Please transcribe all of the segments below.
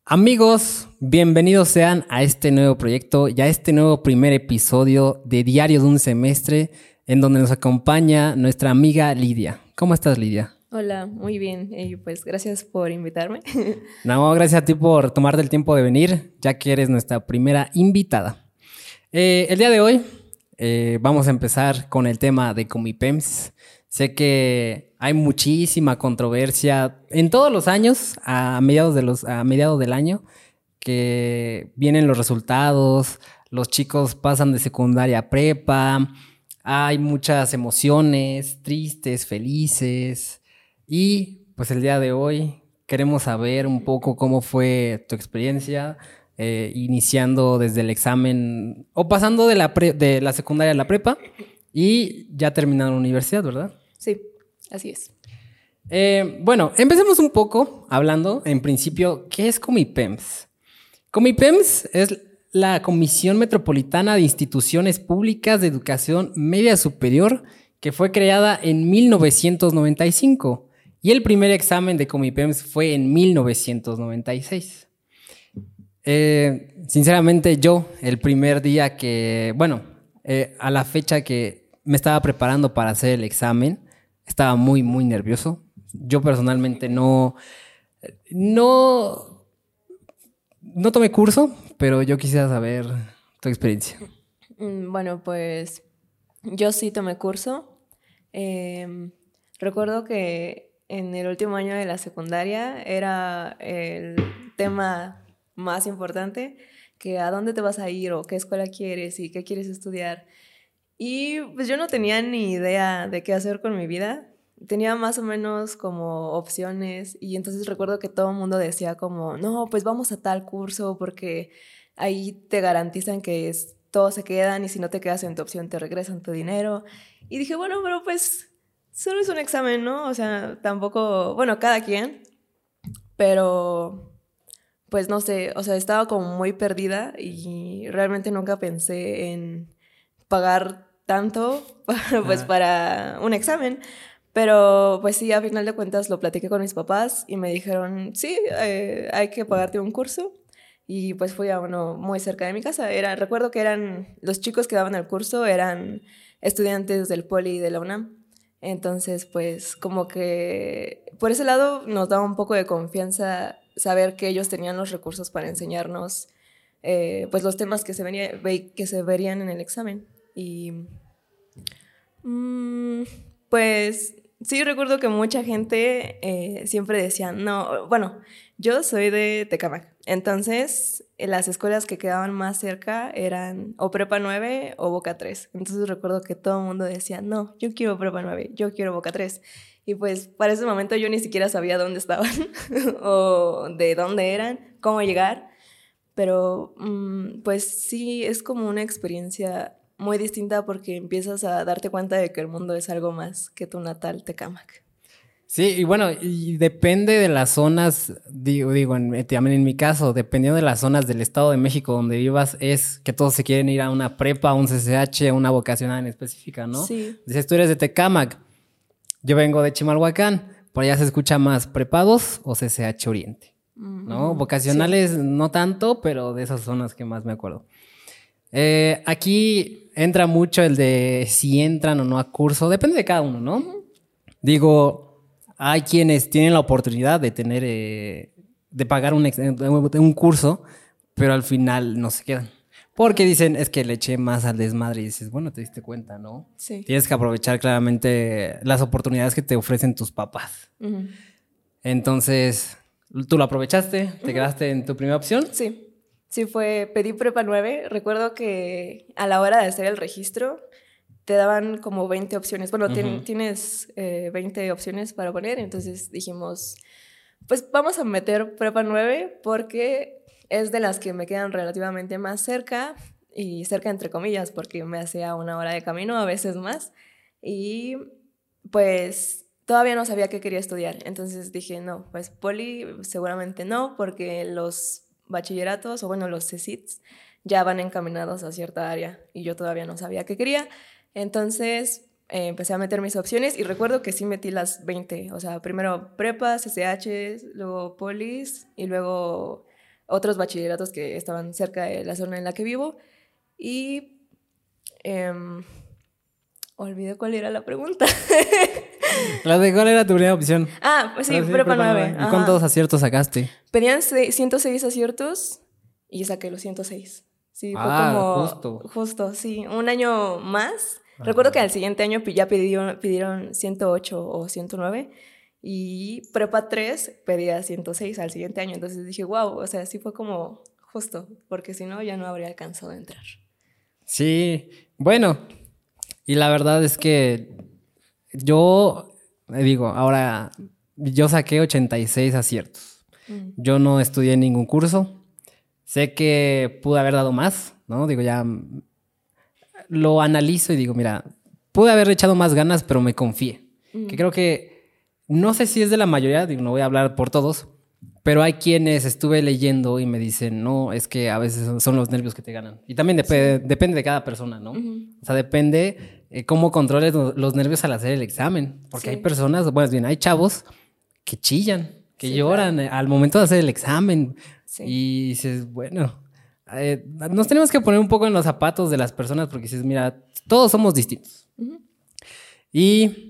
Amigos, bienvenidos sean a este nuevo proyecto y a este nuevo primer episodio de Diario de un Semestre, en donde nos acompaña nuestra amiga Lidia. ¿Cómo estás, Lidia? Hola, muy bien. Pues gracias por invitarme. No, gracias a ti por tomarte el tiempo de venir, ya que eres nuestra primera invitada. El día de hoy vamos a empezar con el tema de Comipems. Sé que hay muchísima controversia en todos los años, a mediados del año, que vienen los resultados, los chicos pasan de secundaria a prepa, hay muchas emociones, tristes, felices, y pues el día de hoy queremos saber un poco cómo fue tu experiencia, iniciando desde el examen o pasando de la secundaria a la prepa y ya terminando la universidad, ¿verdad? Sí, así es. Bueno, empecemos un poco hablando, en principio, ¿qué es Comipems? Comipems es la Comisión Metropolitana de Instituciones Públicas de Educación Media Superior, que fue creada en 1995 y el primer examen de Comipems fue en 1996. Sinceramente yo, el primer día a la fecha que me estaba preparando para hacer el examen, estaba muy, muy nervioso. Yo personalmente no, no tomé curso, pero yo quisiera saber tu experiencia. Bueno, pues yo sí tomé curso. Recuerdo que en el último año de la secundaria era el tema más importante, que a dónde te vas a ir o qué escuela quieres y qué quieres estudiar. Y pues yo no tenía ni idea de qué hacer con mi vida. Tenía más o menos como opciones y entonces recuerdo que todo el mundo decía como, no, pues vamos a tal curso porque ahí te garantizan que todos se quedan y si no te quedas en tu opción te regresan tu dinero. Y dije, bueno, pero pues solo es un examen, ¿no? O sea, tampoco, bueno, cada quien, pero pues no sé, o sea, estaba como muy perdida y realmente nunca pensé en pagar tanto pues Ah, para un examen. Pero pues sí, a final de cuentas lo platiqué con mis papás y me dijeron, sí, hay que pagarte un curso. Y pues fui a uno muy cerca de mi casa. Recuerdo que los chicos que daban el curso eran estudiantes del Poli y de la UNAM. Entonces, pues como que por ese lado nos daba un poco de confianza saber que ellos tenían los recursos para enseñarnos pues los temas que se verían en el examen. Y mm, pues sí, recuerdo que mucha gente siempre decía, no, bueno, yo soy de Tecámac, entonces las escuelas que quedaban más cerca eran o Prepa 9 o Boca 3. Entonces recuerdo que todo el mundo decía, no, yo quiero Prepa 9, yo quiero Boca 3. Y pues para ese momento yo ni siquiera sabía dónde estaban o de dónde eran, cómo llegar. Pero pues sí, es como una experiencia muy distinta porque empiezas a darte cuenta de que el mundo es algo más que tu natal Tecámac. sí, y bueno, y depende de las zonas, también en mi caso, dependiendo de las zonas del Estado de México donde vivas, es que todos se quieren ir a una prepa, a un CCH, a una vocacional en específica, ¿no? Sí. Dices, tú eres de Tecámac, yo vengo de Chimalhuacán, por allá se escucha más prepa 2 o CCH Oriente, ¿no? Sí. Vocacionales no tanto, pero de esas zonas que más me acuerdo. Aquí entra mucho el de si entran o no a curso, depende de cada uno, ¿no? Digo, hay quienes tienen la oportunidad de tener, de pagar un curso, pero al final no se quedan. Porque dicen, es que le eché más al desmadre y dices, bueno, te diste cuenta, ¿no? Sí. Tienes que aprovechar claramente las oportunidades que te ofrecen tus papás. Ujú. Entonces, tú lo aprovechaste, te quedaste en tu primera opción. Sí. Sí, pedí Prepa 9. Recuerdo que a la hora de hacer el registro te daban como 20 opciones. Bueno, Ujú. tienes 20 opciones para poner, entonces dijimos, pues vamos a meter Prepa 9 porque es de las que me quedan relativamente más cerca, y cerca entre comillas, porque me hacía una hora de camino, a veces más. Y pues todavía no sabía qué quería estudiar. Entonces dije, no, pues Poli seguramente no, porque los bachilleratos, o bueno, los CECITs, ya van encaminados a cierta área y yo todavía no sabía qué quería. Entonces empecé a meter mis opciones y recuerdo que sí metí las 20. O sea, primero prepa, CCH, luego polis y luego otros bachilleratos que estaban cerca de la zona en la que vivo. Y olvidé cuál era la pregunta. ¿La de cuál era tu primera opción? Pues sí, prepa 9. ¿Y cuántos aciertos sacaste? Pedían 106 aciertos y saqué los 106. Sí, fue como... Justo, sí. Un año más. Ajá. Recuerdo que al siguiente año ya pidieron 108 o 109 y prepa 3 pedía 106 al siguiente año. Entonces dije, wow, o sea, sí fue como justo, porque si no ya no habría alcanzado a entrar. Sí, bueno, y la verdad es que yo digo, ahora yo saqué 86 aciertos. Yo no estudié ningún curso. Sé que pude haber dado más, ¿no? Digo, ya lo analizo y digo, mira, pude haber echado más ganas, pero me confié. Que creo que, no sé si es de la mayoría, digo, no voy a hablar por todos, pero hay quienes estuve leyendo y me dicen, no, es que a veces son los nervios que te ganan. Y también depende de cada persona, ¿no? O sea, depende cómo controles los nervios al hacer el examen. Porque hay personas, bueno, bien, hay chavos que chillan, que lloran al momento de hacer el examen. Sí. Y dices, bueno, nos tenemos que poner un poco en los zapatos de las personas porque dices, mira, todos somos distintos. Y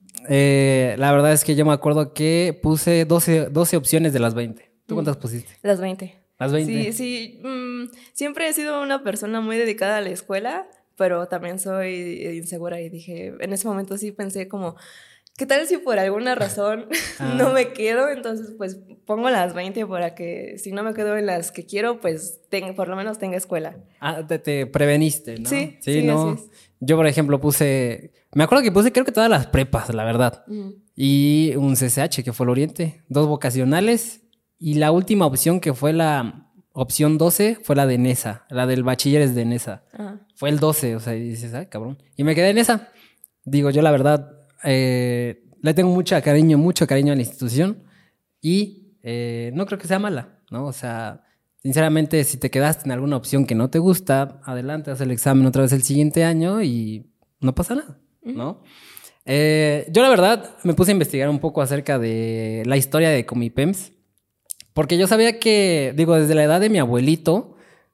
la verdad es que yo me acuerdo que puse 12 opciones de las 20. ¿Tú cuántas pusiste? Las 20. Las 20. Sí. Siempre he sido una persona muy dedicada a la escuela, pero también soy insegura y dije, en ese momento sí pensé como, ¿qué tal si por alguna razón no me quedo? Entonces, pues pongo las 20 para que si no me quedo en las que quiero, pues por lo menos tenga escuela. Te preveniste, ¿no? Sí, ¿no? Así es. Yo, por ejemplo, me acuerdo que puse creo que todas las prepas, la verdad. Y un CCH, que fue el Oriente, 2 vocacionales. Y la última opción, que fue la opción 12, fue la de NESA, la del bachilleres de NESA. Fue el 12, o sea, y dices, ay, cabrón. Y me quedé en esa. Digo, yo la verdad, le tengo mucho cariño a la institución. Y no creo que sea mala, ¿no? O sea, sinceramente, si te quedaste en alguna opción que no te gusta, adelante, haz el examen otra vez el siguiente año y no pasa nada, ¿no? Yo la verdad me puse a investigar un poco acerca de la historia de Comipems, porque yo sabía que, digo, desde la edad de mi abuelito,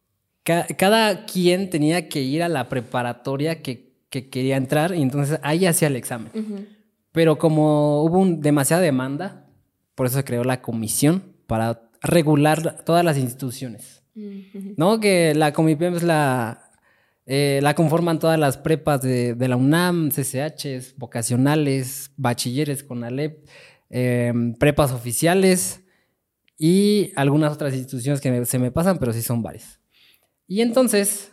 cada quien tenía que ir a la preparatoria que quería entrar y entonces ahí hacía el examen. Pero como hubo demasiada demanda, por eso se creó la comisión para regular todas las instituciones. ¿No? Que la Comipems la conforman todas las prepas de la UNAM, CCHs, vocacionales, bachilleres con ALEP, prepas oficiales y algunas otras instituciones que se me pasan, pero sí son varias. Y entonces,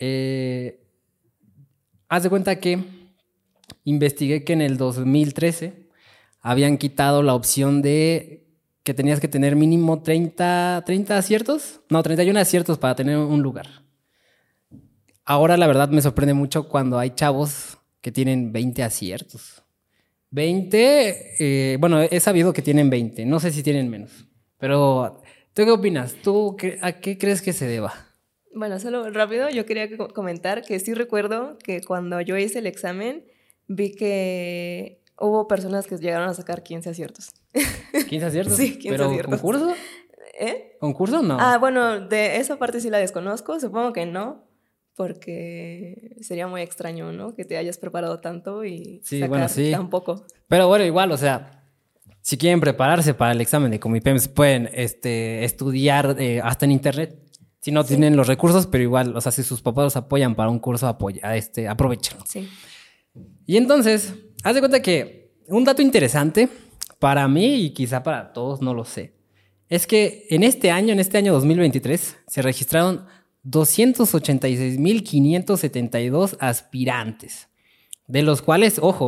haz de cuenta que investigué que en el 2013 habían quitado la opción de que tenías que tener mínimo 30 aciertos. No, 31 aciertos para tener un lugar. Ahora la verdad me sorprende mucho cuando hay chavos que tienen 20 aciertos. 20, bueno, he sabido que tienen 20, no sé si tienen menos. Pero, ¿tú qué opinas? ¿Tú a qué crees que se deba? Bueno, solo rápido, yo quería comentar que sí recuerdo que cuando yo hice el examen, vi que hubo personas que llegaron a sacar 15 aciertos. ¿15 aciertos? Sí, 15 ¿Pero aciertos. concurso? ¿Concurso o no? Bueno, de esa parte sí la desconozco, supongo que no, porque sería muy extraño, ¿no? Que te hayas preparado tanto y sacar tan poco. Pero bueno, igual, o sea, si quieren prepararse para el examen de Comipems, pueden estudiar hasta en internet. Si no tienen los recursos, pero igual, o sea, si sus papás los apoyan para un curso, aprovechenlo. Sí. Y entonces, haz de cuenta que un dato interesante para mí y quizá para todos, no lo sé, es que en este año 2023, se registraron 286,572 aspirantes, de los cuales, ojo,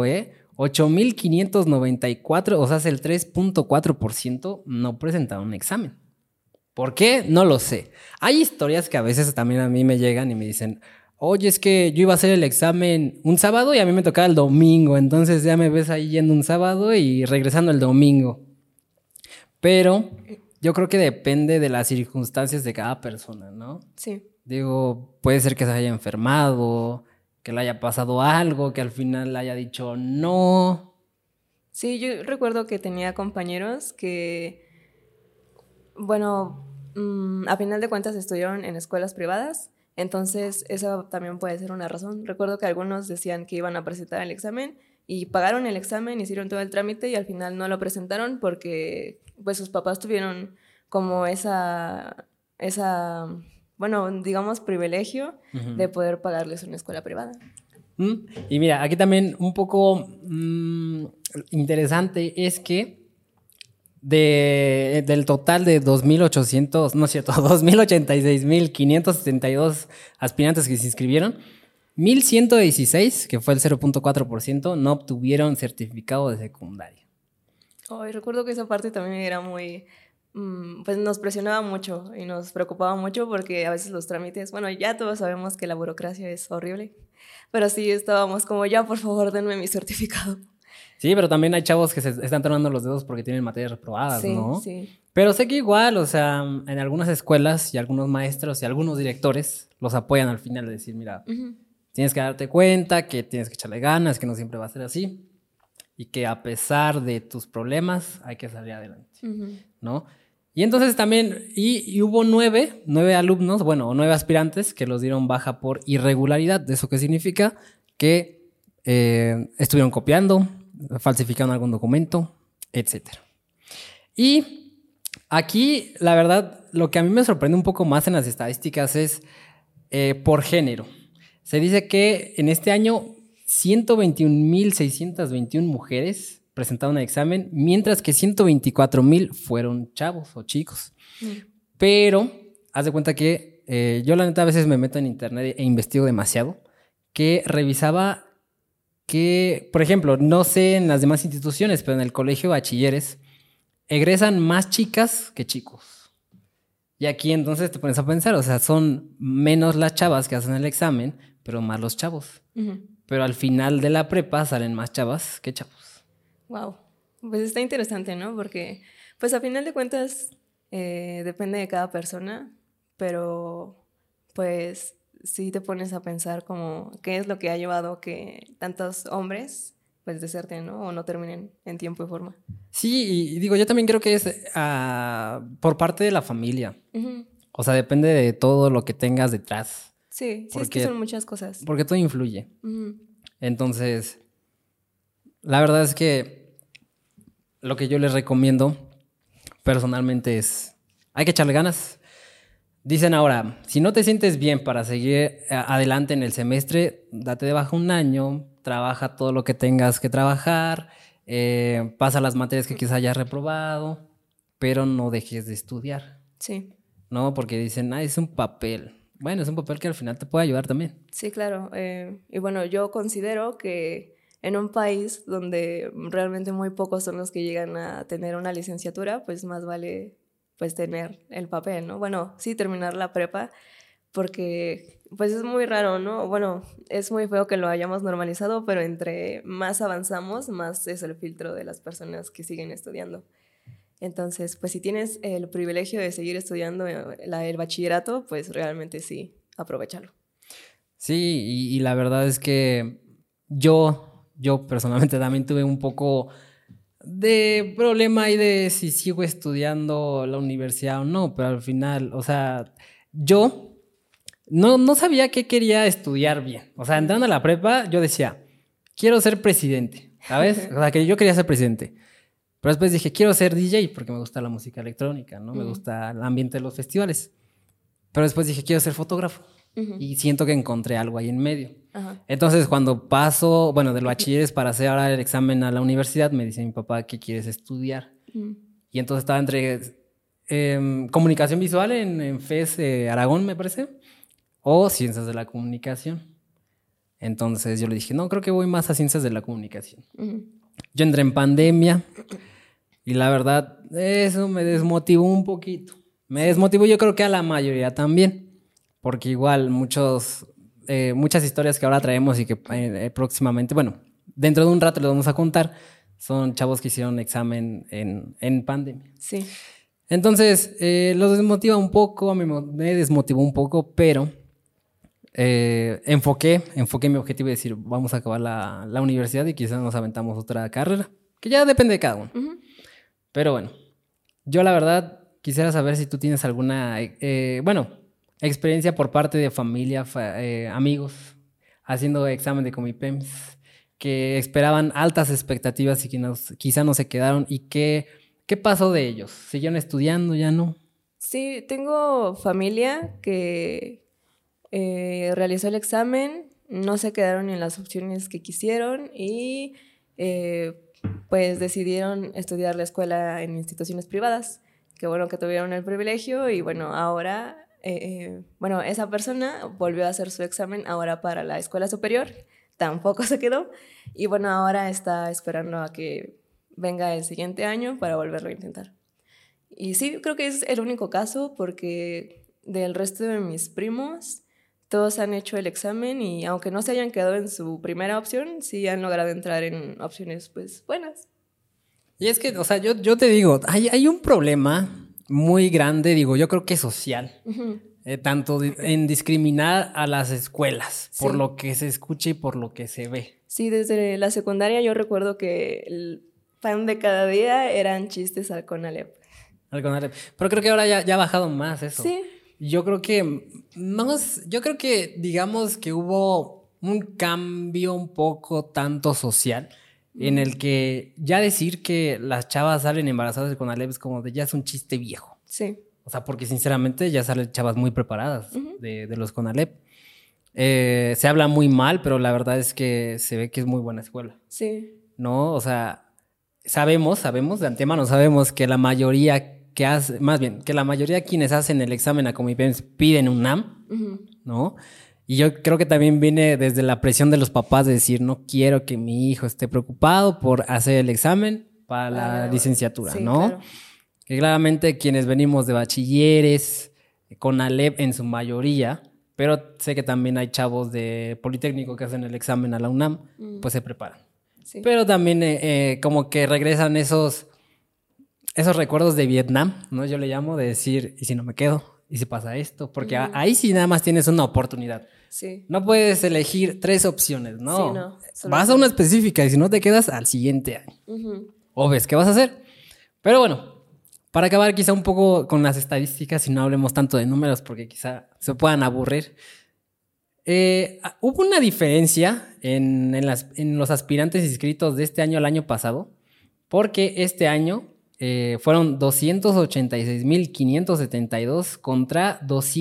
8,594, o sea, el 3.4% no presentaron un examen. ¿Por qué? No lo sé. Hay historias que a veces también a mí me llegan y me dicen, oye, es que yo iba a hacer el examen un sábado y a mí me tocaba el domingo, entonces ya me ves ahí yendo un sábado y regresando el domingo. Pero yo creo que depende de las circunstancias de cada persona, ¿no? Sí. Digo, puede ser que se haya enfermado, que le haya pasado algo, que al final le haya dicho no. Sí, yo recuerdo que tenía compañeros que, bueno, a final de cuentas estudiaron en escuelas privadas, entonces esa también puede ser una razón. Recuerdo que algunos decían que iban a presentar el examen y pagaron el examen, hicieron todo el trámite y al final no lo presentaron porque pues sus papás tuvieron como bueno, digamos privilegio de poder pagarles una escuela privada. Y mira, aquí también un poco interesante es que del total de 2.800, no es cierto, 2.086.572 aspirantes que se inscribieron, 1.116, que fue el 0.4%, no obtuvieron certificado de secundaria. Oh, y recuerdo que esa parte también era muy, pues nos presionaba mucho y nos preocupaba mucho porque a veces los trámites, bueno, ya todos sabemos que la burocracia es horrible, pero sí estábamos como, ya por favor denme mi certificado. Sí, pero también hay chavos que se están tronando los dedos porque tienen materias reprobadas, sí, ¿no? Sí. Pero sé que igual, o sea, en algunas escuelas y algunos maestros y algunos directores los apoyan al final de decir, mira, tienes que darte cuenta que tienes que echarle ganas, que no siempre va a ser así y que a pesar de tus problemas hay que salir adelante, ¿no? Y entonces también, y hubo 9 alumnos, bueno, 9 aspirantes que los dieron baja por irregularidad. ¿Eso qué significa? Que estuvieron copiando, falsificaron algún documento, etcétera. Y aquí, la verdad, lo que a mí me sorprende un poco más en las estadísticas es por género. Se dice que en este año 121.621 mujeres presentaron el examen, mientras que 124.000 fueron chavos o chicos. Pero, haz de cuenta que yo la neta a veces me meto en internet e investigo demasiado, que revisaba que, por ejemplo, no sé en las demás instituciones, pero en el colegio de bachilleres egresan más chicas que chicos. Y aquí entonces te pones a pensar, o sea, son menos las chavas que hacen el examen, pero más los chavos. Pero al final de la prepa salen más chavas que chavos. Wow. Pues está interesante, ¿no? Porque, pues a final de cuentas, depende de cada persona, pero pues sí te pones a pensar como qué es lo que ha llevado a que tantos hombres pues deserten, ¿no? O no terminen en tiempo y forma. Sí, y digo, yo también creo que es por parte de la familia. O sea, depende de todo lo que tengas detrás. Sí, es que son muchas cosas. Porque todo influye. Entonces, la verdad es que lo que yo les recomiendo personalmente es, hay que echarle ganas. Dicen ahora, si no te sientes bien para seguir adelante en el semestre, date de baja un año, trabaja todo lo que tengas que trabajar, pasa las materias que quizás hayas reprobado, pero no dejes de estudiar. Sí. ¿No? Porque dicen, es un papel. Bueno, es un papel que al final te puede ayudar también. Sí, claro. Y bueno, yo considero que en un país donde realmente muy pocos son los que llegan a tener una licenciatura, pues más vale pues tener el papel, ¿no? Bueno, sí, terminar la prepa, porque pues es muy raro, ¿no? Bueno, es muy feo que lo hayamos normalizado, pero entre más avanzamos, más es el filtro de las personas que siguen estudiando. Entonces, pues si tienes el privilegio de seguir estudiando el bachillerato, pues realmente sí, aprovéchalo. Sí, y la verdad es que yo personalmente también tuve un poco de problema ahí de si sigo estudiando la universidad o no, pero al final, o sea, yo no sabía qué quería estudiar bien. O sea, entrando a la prepa, yo decía, quiero ser presidente, ¿sabes? O sea, que yo quería ser presidente. Pero después dije, quiero ser DJ porque me gusta la música electrónica, ¿no? Me gusta el ambiente de los festivales. Pero después dije, quiero ser fotógrafo. Y siento que encontré algo ahí en medio. Entonces, cuando paso, bueno, del bachilleres para hacer ahora el examen a la universidad, me dice mi papá, ¿qué quieres estudiar? Y entonces estaba entre comunicación visual en FES Aragón, me parece, o ciencias de la comunicación. Entonces yo le dije, no, creo que voy más a ciencias de la comunicación. Yo entré en pandemia y la verdad, eso me desmotivó un poquito. Me desmotivó, yo creo que a la mayoría también. Porque igual muchas historias que ahora traemos y que próximamente, bueno, dentro de un rato les vamos a contar, son chavos que hicieron examen en pandemia. Sí. Entonces, los desmotiva un poco, a mí me desmotivó un poco, pero enfoqué mi objetivo de decir, vamos a acabar la universidad y quizás nos aventamos otra carrera, que ya depende de cada uno. Pero bueno, yo la verdad quisiera saber si tú tienes alguna, experiencia por parte de familia, amigos, haciendo examen de Comipems, que esperaban altas expectativas y que quizá no se quedaron. ¿Y qué pasó de ellos? ¿Siguieron estudiando? ¿Ya no? Sí, tengo familia que realizó el examen, no se quedaron en las opciones que quisieron y pues decidieron estudiar la escuela en instituciones privadas. Qué bueno que tuvieron el privilegio y bueno, ahora, esa persona volvió a hacer su examen ahora para la escuela superior, tampoco se quedó y bueno, ahora está esperando a que venga el siguiente año para volverlo a intentar. Y sí, creo que es el único caso porque del resto de mis primos, todos han hecho el examen y aunque no se hayan quedado en su primera opción, sí han logrado entrar en opciones pues buenas. Y es que, o sea, yo te digo, hay un problema muy grande, digo, yo creo que social, tanto en discriminar a las escuelas, Sí. por lo que se escucha y por lo que se ve. Sí, desde la secundaria yo recuerdo que el pan de cada día eran chistes al Conalep. Pero creo que ahora ya ha bajado más eso. Sí. Yo creo que digamos que hubo un cambio un poco tanto social en el que ya decir que las chavas salen embarazadas de Conalep es como de ya es un chiste viejo. Sí. O sea, porque sinceramente ya salen chavas muy preparadas de los Conalep. Se habla muy mal, pero la verdad es que se ve que es muy buena escuela. Sí. ¿No? O sea, sabemos, de antemano sabemos que la mayoría que la mayoría de quienes hacen el examen a Comipems piden un NAM, ¿no? Y yo creo que también viene desde la presión de los papás de decir, no quiero que mi hijo esté preocupado por hacer el examen para la licenciatura, sí, ¿no? Claro. Que claramente quienes venimos de bachilleres, con Alep en su mayoría, pero sé que también hay chavos de Politécnico que hacen el examen a la UNAM, pues se preparan. Sí. Pero también como que regresan esos recuerdos de Vietnam, ¿no? Yo le llamo de decir, ¿y si no me quedo? ¿Y si pasa esto? Porque ahí sí nada más tienes una oportunidad. Sí. No puedes elegir 3 opciones, ¿no? Sí, no. Vas a una específica y si no te quedas al siguiente año. O ves qué vas a hacer. Pero bueno, para acabar quizá un poco con las estadísticas y no hablemos tanto de números porque quizá se puedan aburrir. Hubo una diferencia en los aspirantes inscritos de este año al año pasado, porque este año fueron 286,572 contra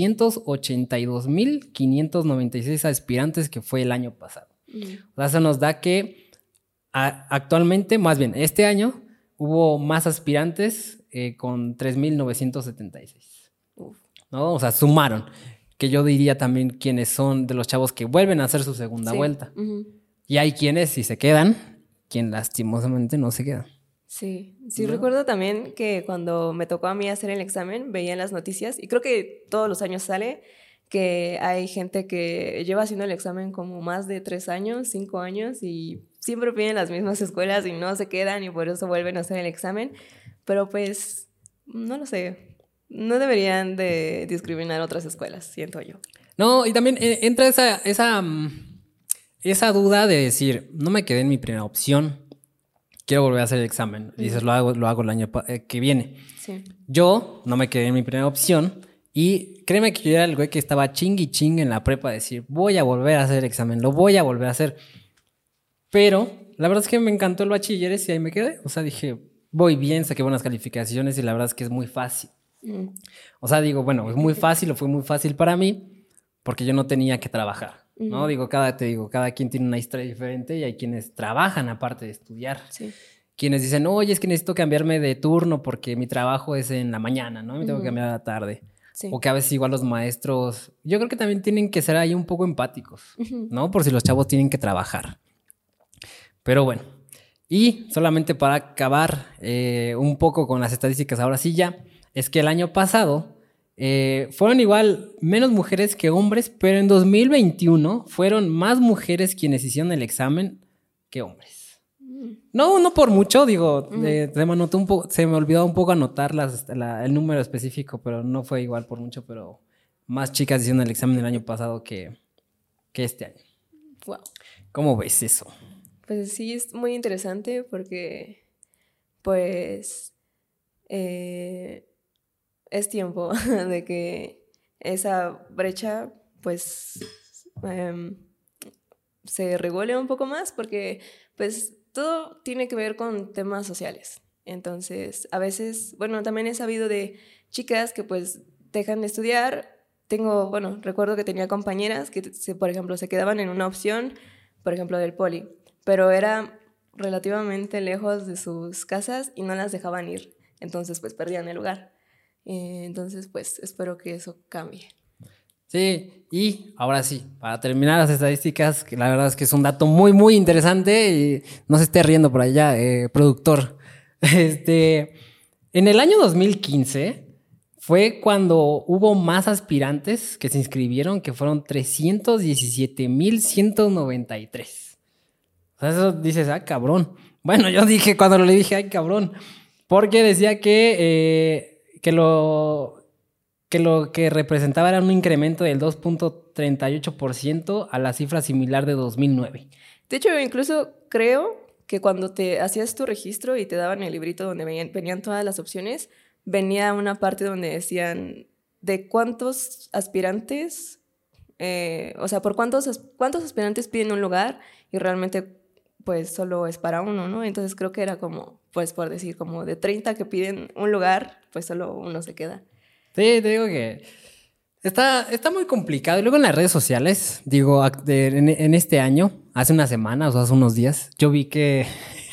282,596 aspirantes que fue el año pasado. O sea, eso nos da que actualmente, más bien, este año hubo más aspirantes con 3,976. ¿No? O sea, sumaron. Que yo diría también quienes son de los chavos que vuelven a hacer su segunda vuelta. Y hay quienes, si se quedan, quien lastimosamente no se quedan. Sí, recuerdo también que cuando me tocó a mí hacer el examen, veía en las noticias, y creo que todos los años sale, que hay gente que lleva haciendo el examen como más de 3 años, 5 años, y siempre piden las mismas escuelas y no se quedan y por eso vuelven a hacer el examen. Pero pues, no lo sé, no deberían de discriminar otras escuelas, siento yo. No, y también entra esa duda de decir, no me quedé en mi primera opción, quiero volver a hacer el examen. Y dices, lo hago el año que viene. Sí. Yo no me quedé en mi primera opción y créeme que yo era el güey que estaba ching en la prepa de decir, voy a volver a hacer el examen, lo voy a volver a hacer. Pero la verdad es que me encantó el bachilleres y ahí me quedé. O sea, dije, voy bien, saqué buenas calificaciones y la verdad es que es muy fácil. O sea, digo, bueno, es muy fácil o fue muy fácil para mí porque yo no tenía que trabajar, ¿no? Cada quien tiene una historia diferente y hay quienes trabajan aparte de estudiar. Sí. Quienes dicen, oye, es que necesito cambiarme de turno porque mi trabajo es en la mañana, ¿no? Me tengo que cambiar a la tarde. Sí. O que a veces igual los maestros, yo creo que también tienen que ser ahí un poco empáticos, ¿no? Por si los chavos tienen que trabajar. Pero bueno, y solamente para acabar un poco con las estadísticas, ahora sí ya, es que el año pasado fueron igual menos mujeres que hombres, pero en 2021 fueron más mujeres quienes hicieron el examen que hombres. No por mucho, digo, se me olvidó un poco anotar el número específico, pero no fue igual por mucho, pero más chicas hicieron el examen el año pasado que este año. Wow. ¿Cómo ves eso? Pues sí, es muy interesante porque, pues, es tiempo de que esa brecha pues se regule un poco más porque pues todo tiene que ver con temas sociales. Entonces, a veces, bueno, también he sabido de chicas que pues dejan de estudiar. Recuerdo que tenía compañeras que, por ejemplo, se quedaban en una opción, por ejemplo, del poli, pero era relativamente lejos de sus casas y no las dejaban ir. Entonces, pues perdían el lugar. Entonces, pues espero que eso cambie. Sí, y ahora sí, para terminar las estadísticas, que la verdad es que es un dato muy, muy interesante y no se esté riendo por allá, productor. En el año 2015 fue cuando hubo más aspirantes que se inscribieron, que fueron 317,193. O sea, eso dices, ah, cabrón. Bueno, yo dije cuando le dije, ay, cabrón, porque decía que lo que representaba era un incremento del 2,38% a la cifra similar de 2009. De hecho, incluso creo que cuando te hacías tu registro y te daban el librito donde venían todas las opciones, venía una parte donde decían de cuántos aspirantes, o sea, por cuántos aspirantes piden un lugar y realmente pues solo es para uno, ¿no? Entonces creo que era como, pues por decir, como de 30 que piden un lugar, pues solo uno se queda. Sí, te digo que está muy complicado. Y luego en las redes sociales, digo, en este año, hace una semana o hace unos días, yo vi que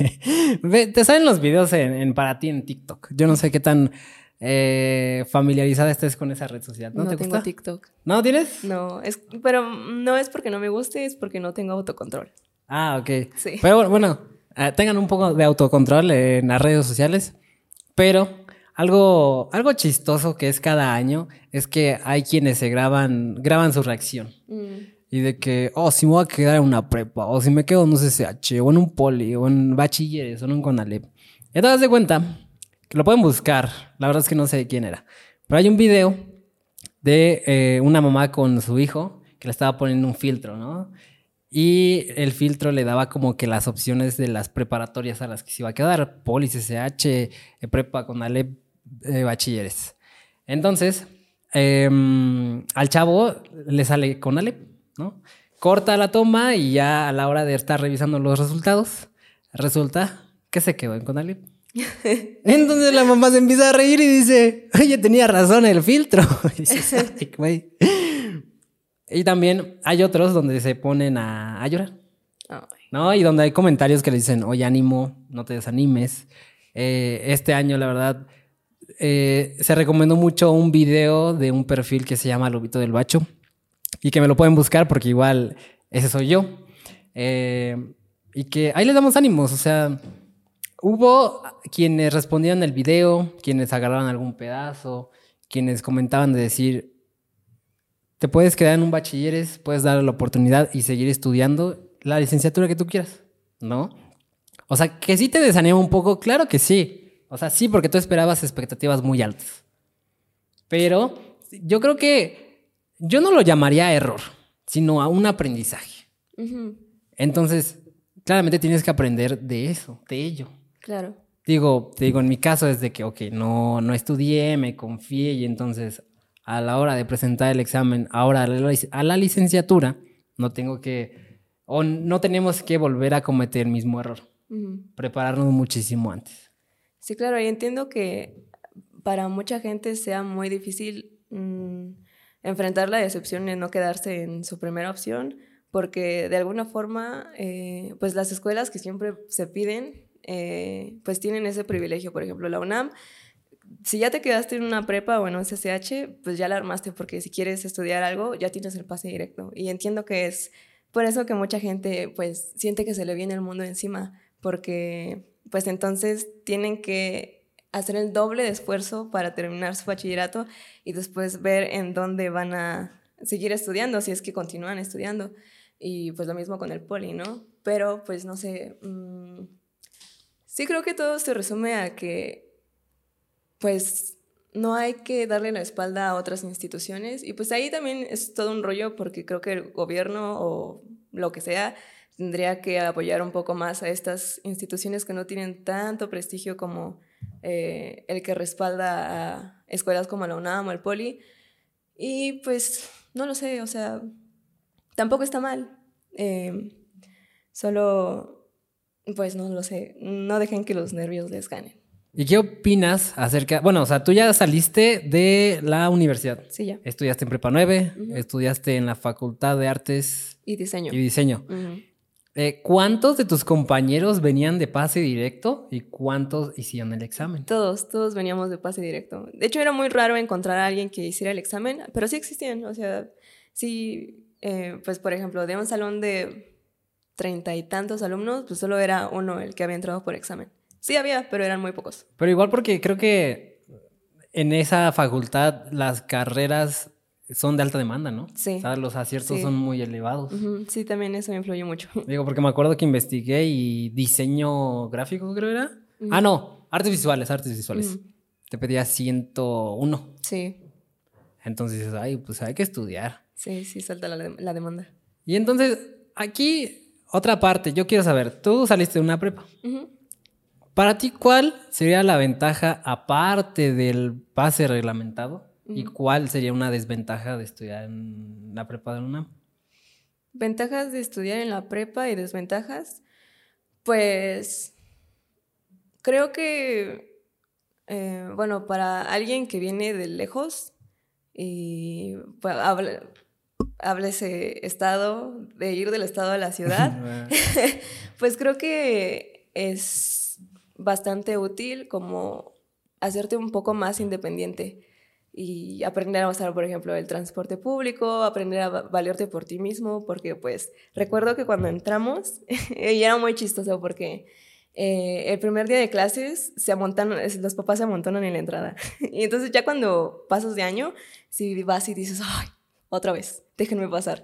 te salen los videos para ti en TikTok. Yo no sé qué tan familiarizada estés con esa red social. ¿No te tengo gusta? TikTok. ¿No tienes? No, pero no es porque no me guste, es porque no tengo autocontrol. Ah, ok. Sí. Pero bueno, tengan un poco de autocontrol en las redes sociales. Pero algo chistoso que es cada año es que hay quienes graban su reacción. Y de que, si me voy a quedar en una prepa, o si me quedo en un CCH, o en un poli, o en bachilleres, o en un CONALEP. Y te das de cuenta que lo pueden buscar. La verdad es que no sé quién era. Pero hay un video de una mamá con su hijo que le estaba poniendo un filtro, ¿no? Y el filtro le daba como que las opciones de las preparatorias a las que se iba a quedar. Poli, CCH, prepa, CONALEP, bachilleres. Entonces, al chavo le sale CONALEP, ¿no? Corta la toma y ya a la hora de estar revisando los resultados, resulta que se quedó en CONALEP. Entonces la mamá se empieza a reír y dice, oye, tenía razón el filtro. Y dices, "Ay, güey". Y también hay otros donde se ponen a llorar, Ay. ¿no? Y donde hay comentarios que le dicen, oye, ánimo, no te desanimes. Este año, la verdad, se recomendó mucho un video de un perfil que se llama Lobito del Bacho y que me lo pueden buscar porque igual ese soy yo. Y que ahí les damos ánimos, o sea, hubo quienes respondían el video, quienes agarraban algún pedazo, quienes comentaban de decir, te puedes quedar en un bachilleres, puedes dar la oportunidad y seguir estudiando la licenciatura que tú quieras, ¿no? O sea, que sí te desanima un poco, claro que sí. O sea, sí, porque tú esperabas expectativas muy altas. Pero yo creo que yo no lo llamaría error, sino a un aprendizaje. Uh-huh. Entonces, claramente tienes que aprender de eso, de ello. Claro. Te digo, en mi caso es de que, ok, no estudié, me confié y entonces a la hora de presentar el examen, ahora a la licenciatura, no tenemos que volver a cometer el mismo error. Uh-huh. Prepararnos muchísimo antes. Sí, claro, y entiendo que para mucha gente sea muy difícil enfrentar la decepción de no quedarse en su primera opción, porque de alguna forma, pues las escuelas que siempre se piden, pues tienen ese privilegio. Por ejemplo, la UNAM, si ya te quedaste en una prepa o en un CCH, pues ya la armaste, porque si quieres estudiar algo, ya tienes el pase directo. Y entiendo que es por eso que mucha gente pues siente que se le viene el mundo encima, porque pues entonces tienen que hacer el doble de esfuerzo para terminar su bachillerato y después ver en dónde van a seguir estudiando, si es que continúan estudiando. Y pues lo mismo con el poli, ¿no? Pero pues no sé, sí creo que todo se resume a que pues no hay que darle la espalda a otras instituciones y pues ahí también es todo un rollo porque creo que el gobierno o lo que sea tendría que apoyar un poco más a estas instituciones que no tienen tanto prestigio como el que respalda a escuelas como la UNAM o el Poli. Y pues, no lo sé, o sea, tampoco está mal. Solo, pues no lo sé, no dejen que los nervios les ganen. ¿Y qué opinas acerca? Bueno, o sea, tú ya saliste de la universidad. Sí, ya. Estudiaste en Prepa 9, estudiaste en la Facultad de Artes Y diseño. y Diseño. ¿Cuántos de tus compañeros venían de pase directo y cuántos hicieron el examen? Todos veníamos de pase directo. De hecho, era muy raro encontrar a alguien que hiciera el examen, pero sí existían. O sea, sí, pues por ejemplo, de un salón de 30 y tantos alumnos, pues solo era uno el que había entrado por examen. Sí había, pero eran muy pocos. Pero igual porque creo que en esa facultad las carreras son de alta demanda, ¿no? Sí. O sea, los aciertos son muy elevados. Sí, también eso me influyó mucho. Digo, porque me acuerdo que investigué y diseño gráfico, creo era. Ah, no, artes visuales. Te pedía 101. Sí. Entonces dices, ay, pues hay que estudiar. Sí, salta la demanda. Y entonces, aquí, otra parte, yo quiero saber, tú saliste de una prepa. Para ti, ¿cuál sería la ventaja aparte del pase reglamentado? ¿Y cuál sería una desventaja de estudiar en la prepa de la UNAM? Ventajas de estudiar en la prepa y desventajas, pues creo que, bueno, para alguien que viene de lejos y pues, habla ese estado, de ir del estado a la ciudad, pues creo que es bastante útil como hacerte un poco más independiente y aprender a usar, por ejemplo, el transporte público, aprender a valerte por ti mismo, porque pues recuerdo que cuando entramos, y era muy chistoso porque el primer día de clases los papás se amontonan en la entrada, y entonces ya cuando pasas de año, si vas y dices, ay, otra vez, déjenme pasar,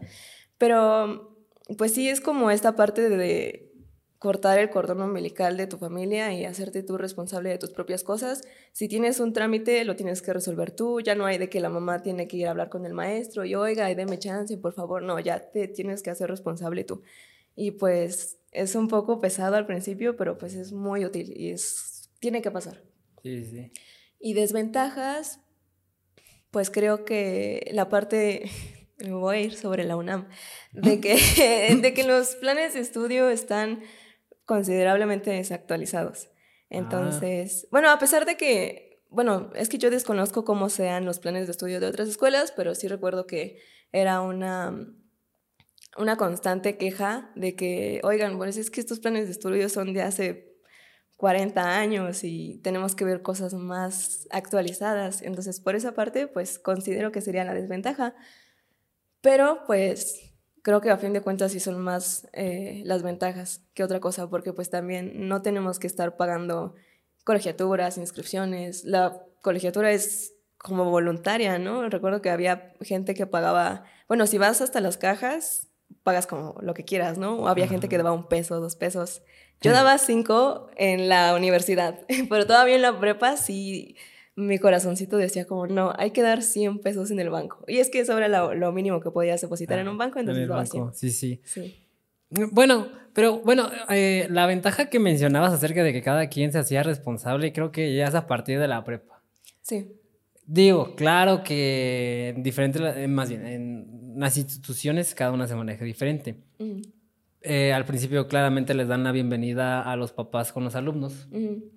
pero pues sí es como esta parte de cortar el cordón umbilical de tu familia y hacerte tú responsable de tus propias cosas. Si tienes un trámite, lo tienes que resolver tú. Ya no hay de que la mamá tiene que ir a hablar con el maestro y oiga, y deme chance, por favor. No, ya te tienes que hacer responsable tú. Y pues es un poco pesado al principio, pero pues es muy útil y tiene que pasar. Sí. Y desventajas, pues creo que la parte... Me voy a ir sobre la UNAM, de que los planes de estudio están considerablemente desactualizados. Entonces, bueno, a pesar de que, bueno, es que yo desconozco cómo sean los planes de estudio de otras escuelas, pero sí recuerdo que era una constante queja de que, oigan, bueno, es que estos planes de estudio son de hace 40 años y tenemos que ver cosas más actualizadas. Entonces, por esa parte, pues considero que sería la desventaja. Pero, pues, creo que a fin de cuentas sí son más las ventajas que otra cosa, porque pues también no tenemos que estar pagando colegiaturas, inscripciones. La colegiatura es como voluntaria, ¿no? Recuerdo que había gente que pagaba, bueno, si vas hasta las cajas, pagas como lo que quieras, ¿no? O había gente que daba 1 peso, 2 pesos. Yo daba 5 en la universidad, pero todavía en la prepa sí... Mi corazoncito decía como, no, hay que dar 100 pesos en el banco. Y es que eso era lo mínimo que podías depositar en un banco, entonces daba 100. Sí. Bueno, pero bueno, la ventaja que mencionabas acerca de que cada quien se hacía responsable, creo que ya es a partir de la prepa. Sí. Digo, claro que más bien, en las instituciones cada una se maneja diferente. Al principio claramente les dan la bienvenida a los papás con los alumnos.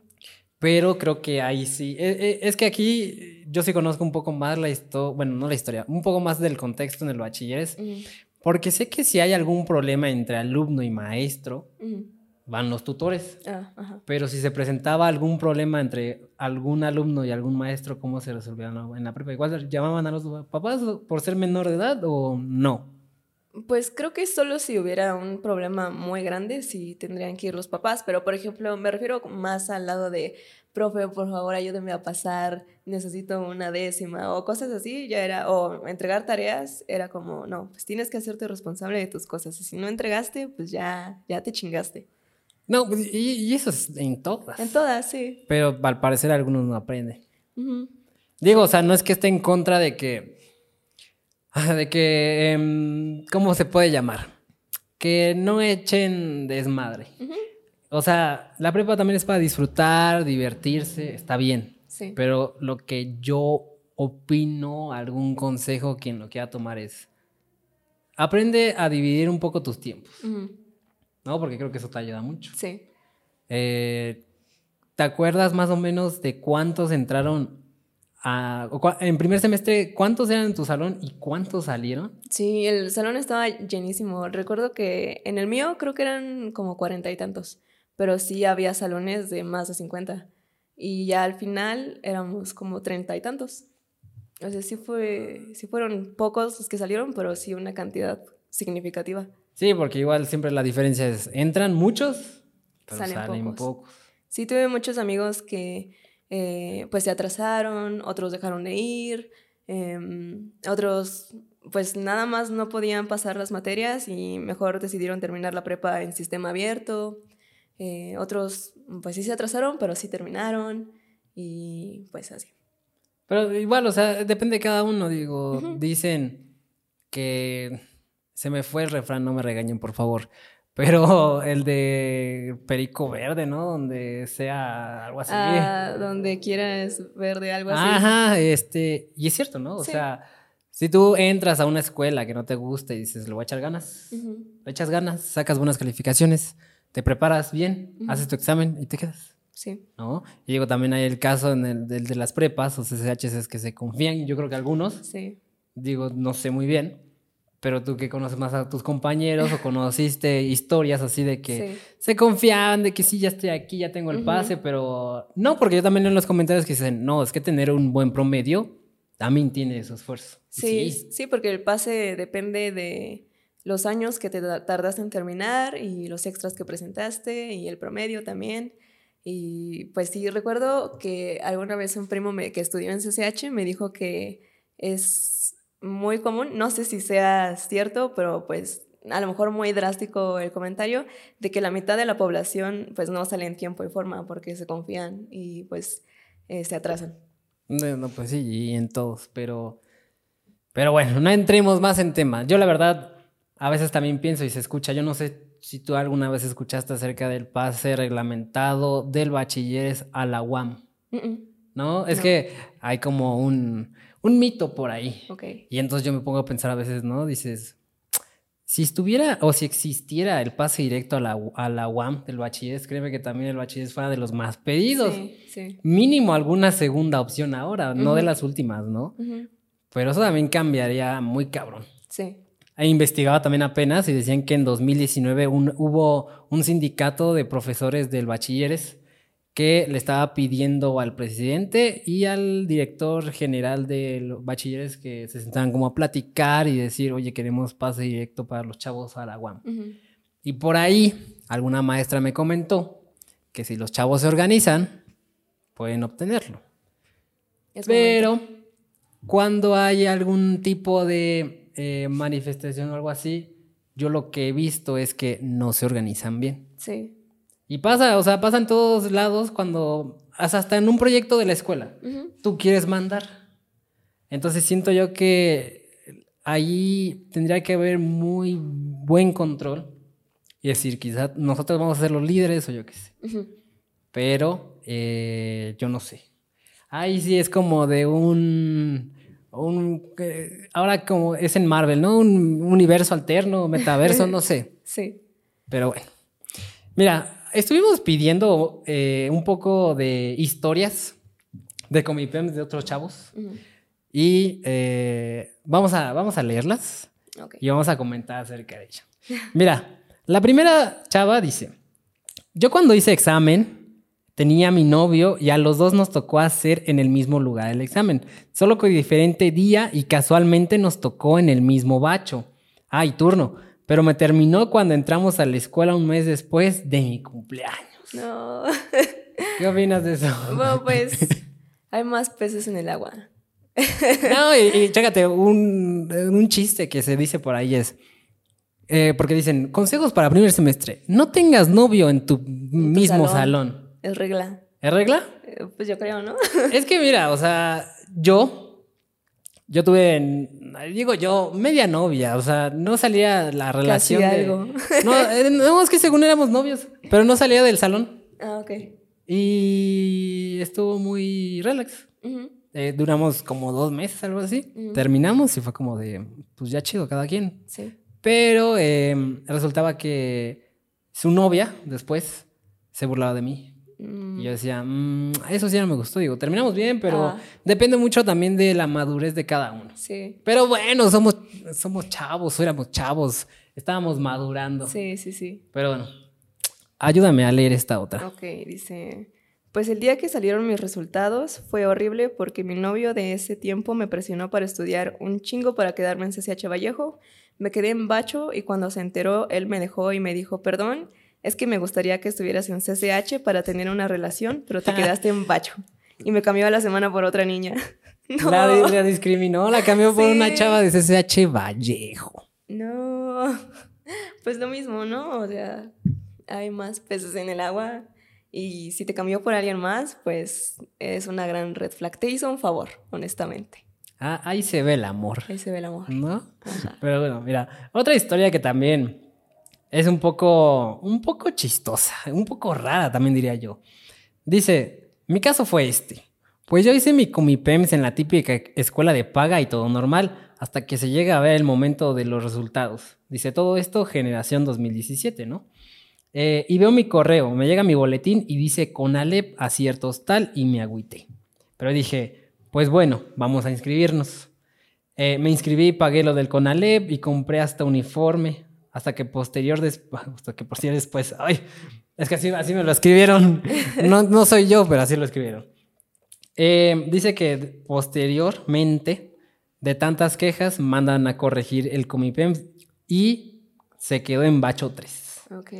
Pero creo que ahí sí. Es que aquí yo sí conozco un poco más la historia, bueno, no la historia, un poco más del contexto en el bachilleres, porque sé que si hay algún problema entre alumno y maestro, van los tutores. Pero si se presentaba algún problema entre algún alumno y algún maestro, ¿cómo se resolvía en la prepa? ¿Igual llamaban a los papás por ser menor de edad o no? Pues creo que solo si hubiera un problema muy grande sí tendrían que ir los papás, pero por ejemplo me refiero más al lado de profe, por favor ayúdeme a pasar, necesito una décima o cosas así, ya era, o entregar tareas, era como, no, pues tienes que hacerte responsable de tus cosas y si no entregaste, pues ya te chingaste. No, y eso es en todas. En todas, sí. Pero al parecer algunos no aprenden. Digo, o sea, no es que esté en contra de que ¿cómo se puede llamar? Que no echen desmadre. O sea, la prepa también es para disfrutar, divertirse, está bien. Sí. Pero lo que yo opino, algún consejo, quien lo quiera tomar es, aprende a dividir un poco tus tiempos, ¿no? Porque creo que eso te ayuda mucho. Sí. ¿Te acuerdas más o menos de cuántos entraron en primer semestre? ¿Cuántos eran en tu salón y cuántos salieron? Sí, el salón estaba llenísimo. Recuerdo que en el mío creo que eran como 40 y tantos, pero sí había salones de más de 50. Y ya al final éramos como 30 y tantos. O sea, sí fueron pocos los que salieron, pero sí una cantidad significativa. Sí, porque igual siempre la diferencia es, entran muchos, pero salen pocos. Sí, tuve muchos amigos que pues se atrasaron, otros dejaron de ir, otros pues nada más no podían pasar las materias y mejor decidieron terminar la prepa en sistema abierto. Otros pues sí se atrasaron, pero sí terminaron y pues así. Pero igual, o sea, depende de cada uno, digo, dicen que se me fue el refrán, no me regañen, por favor, pero el de perico verde, ¿no? Donde sea algo así. Donde quieras verde, algo así. Ajá, y es cierto, ¿no? O sea, si tú entras a una escuela que no te gusta y dices, le voy a echar ganas, le echas ganas, sacas buenas calificaciones, te preparas bien, haces tu examen y te quedas. Sí. ¿No? Y digo, también hay el caso de las prepas o CCHs que se confían, yo creo que algunos, digo, no sé muy bien, pero tú que conoces más a tus compañeros o conociste historias así de que se confiaban, de que sí, ya estoy aquí, ya tengo el pase, pero no, porque yo también leo en los comentarios que dicen, no, es que tener un buen promedio también tiene su esfuerzo. Sí, porque el pase depende de los años que te tardaste en terminar y los extras que presentaste y el promedio también. Y pues sí, recuerdo que alguna vez un primo que estudió en CCH me dijo que es muy común, no sé si sea cierto, pero pues a lo mejor muy drástico el comentario, de que la mitad de la población pues no sale en tiempo y forma porque se confían y pues se atrasan. No, pues sí, y en todos, pero bueno, no entremos más en tema. Yo la verdad a veces también pienso y se escucha, yo no sé si tú alguna vez escuchaste acerca del pase reglamentado del bachilleres a la UAM, ¿no? Es que hay como un mito por ahí. Okay. Y entonces yo me pongo a pensar a veces, ¿no? Dices, si estuviera o si existiera el pase directo a la UAM del bachilleres, créeme que también el bachilleres fuera de los más pedidos. Sí. Mínimo alguna segunda opción ahora, no de las últimas, ¿no? Pero eso también cambiaría muy cabrón. Sí. He investigado también apenas y decían que en 2019 hubo un sindicato de profesores del bachilleres que le estaba pidiendo al presidente y al director general del bachilleres que se sentaran como a platicar y decir, oye, queremos pase directo para los chavos a la UAM. Y por ahí alguna maestra me comentó que si los chavos se organizan, pueden obtenerlo. Pero cuando hay algún tipo de manifestación o algo así, yo lo que he visto es que no se organizan bien. Sí. Y pasa en todos lados cuando, hasta en un proyecto de la escuela, tú quieres mandar. Entonces siento yo que ahí tendría que haber muy buen control y decir, quizás nosotros vamos a ser los líderes o yo qué sé. Pero yo no sé. Ahí sí es como de ahora como es en Marvel, ¿no? Un universo alterno, metaverso, no sé. Sí. Pero bueno. Mira, estuvimos pidiendo un poco de historias de Comipems de otros chavos. Y vamos a leerlas y vamos a comentar acerca de ella. Mira, la primera chava dice, yo cuando hice examen tenía a mi novio y a los dos nos tocó hacer en el mismo lugar el examen, solo que diferente día y casualmente nos tocó en el mismo bacho. Y turno. Pero me terminó cuando entramos a la escuela un mes después de mi cumpleaños. No. ¿Qué opinas de eso? Bueno, pues hay más peces en el agua. No, y chécate, un chiste que se dice por ahí es, porque dicen, consejos para primer semestre, no tengas novio en tu mismo salón. Es regla. ¿Es regla? Pues yo creo, ¿no? Es que mira, o sea, yo tuve, media novia, o sea, no salía la relación Casi algo. No, es que según éramos novios, pero no salía del salón. Ok. Y estuvo muy relax. Ujú. Duramos como 2 meses, algo así. Ujú. Terminamos y fue como de, pues ya chido, cada quien. Sí. Pero resultaba que su novia después se burlaba de mí. Y yo decía, eso sí no me gustó. Digo, terminamos bien, pero depende mucho también de la madurez de cada uno. Sí. Pero bueno, somos chavos, éramos chavos, estábamos madurando. Sí, sí, sí. Pero bueno, ayúdame a leer esta otra. Ok, dice, pues el día que salieron mis resultados fue horrible porque mi novio de ese tiempo me presionó para estudiar un chingo para quedarme en CCH Vallejo. Me quedé en bacho y cuando se enteró, él me dejó y me dijo, perdón, es que me gustaría que estuvieras en CCH para tener una relación, pero te quedaste en bacho. Y me cambió a la semana por otra niña. No. La discriminó, la cambió por Sí. una chava de CCH Vallejo. No, pues lo mismo, ¿no? O sea, hay más peces en el agua y si te cambió por alguien más, pues es una gran red flag. Te hizo un favor, honestamente. Ah, ahí se ve el amor, Ahí se ve el amor. ¿no? Ajá. Pero bueno, mira, otra historia que también es un poco chistosa, un poco rara también diría yo. Dice, mi caso fue este. Pues yo hice mi Comipems en la típica escuela de paga y todo normal, hasta que se llega a ver el momento de los resultados. Dice, todo esto generación 2017, ¿no? Y veo mi correo, me llega mi boletín y dice Conalep aciertos tal y me agüité. Pero dije, pues bueno, vamos a inscribirnos. Me inscribí y pagué lo del Conalep y compré hasta uniforme, hasta que posterior después, ay, es que así me lo escribieron. No soy yo, pero así lo escribieron. Dice que posteriormente de tantas quejas mandan a corregir el Comipems y se quedó en bacho 3. Ok.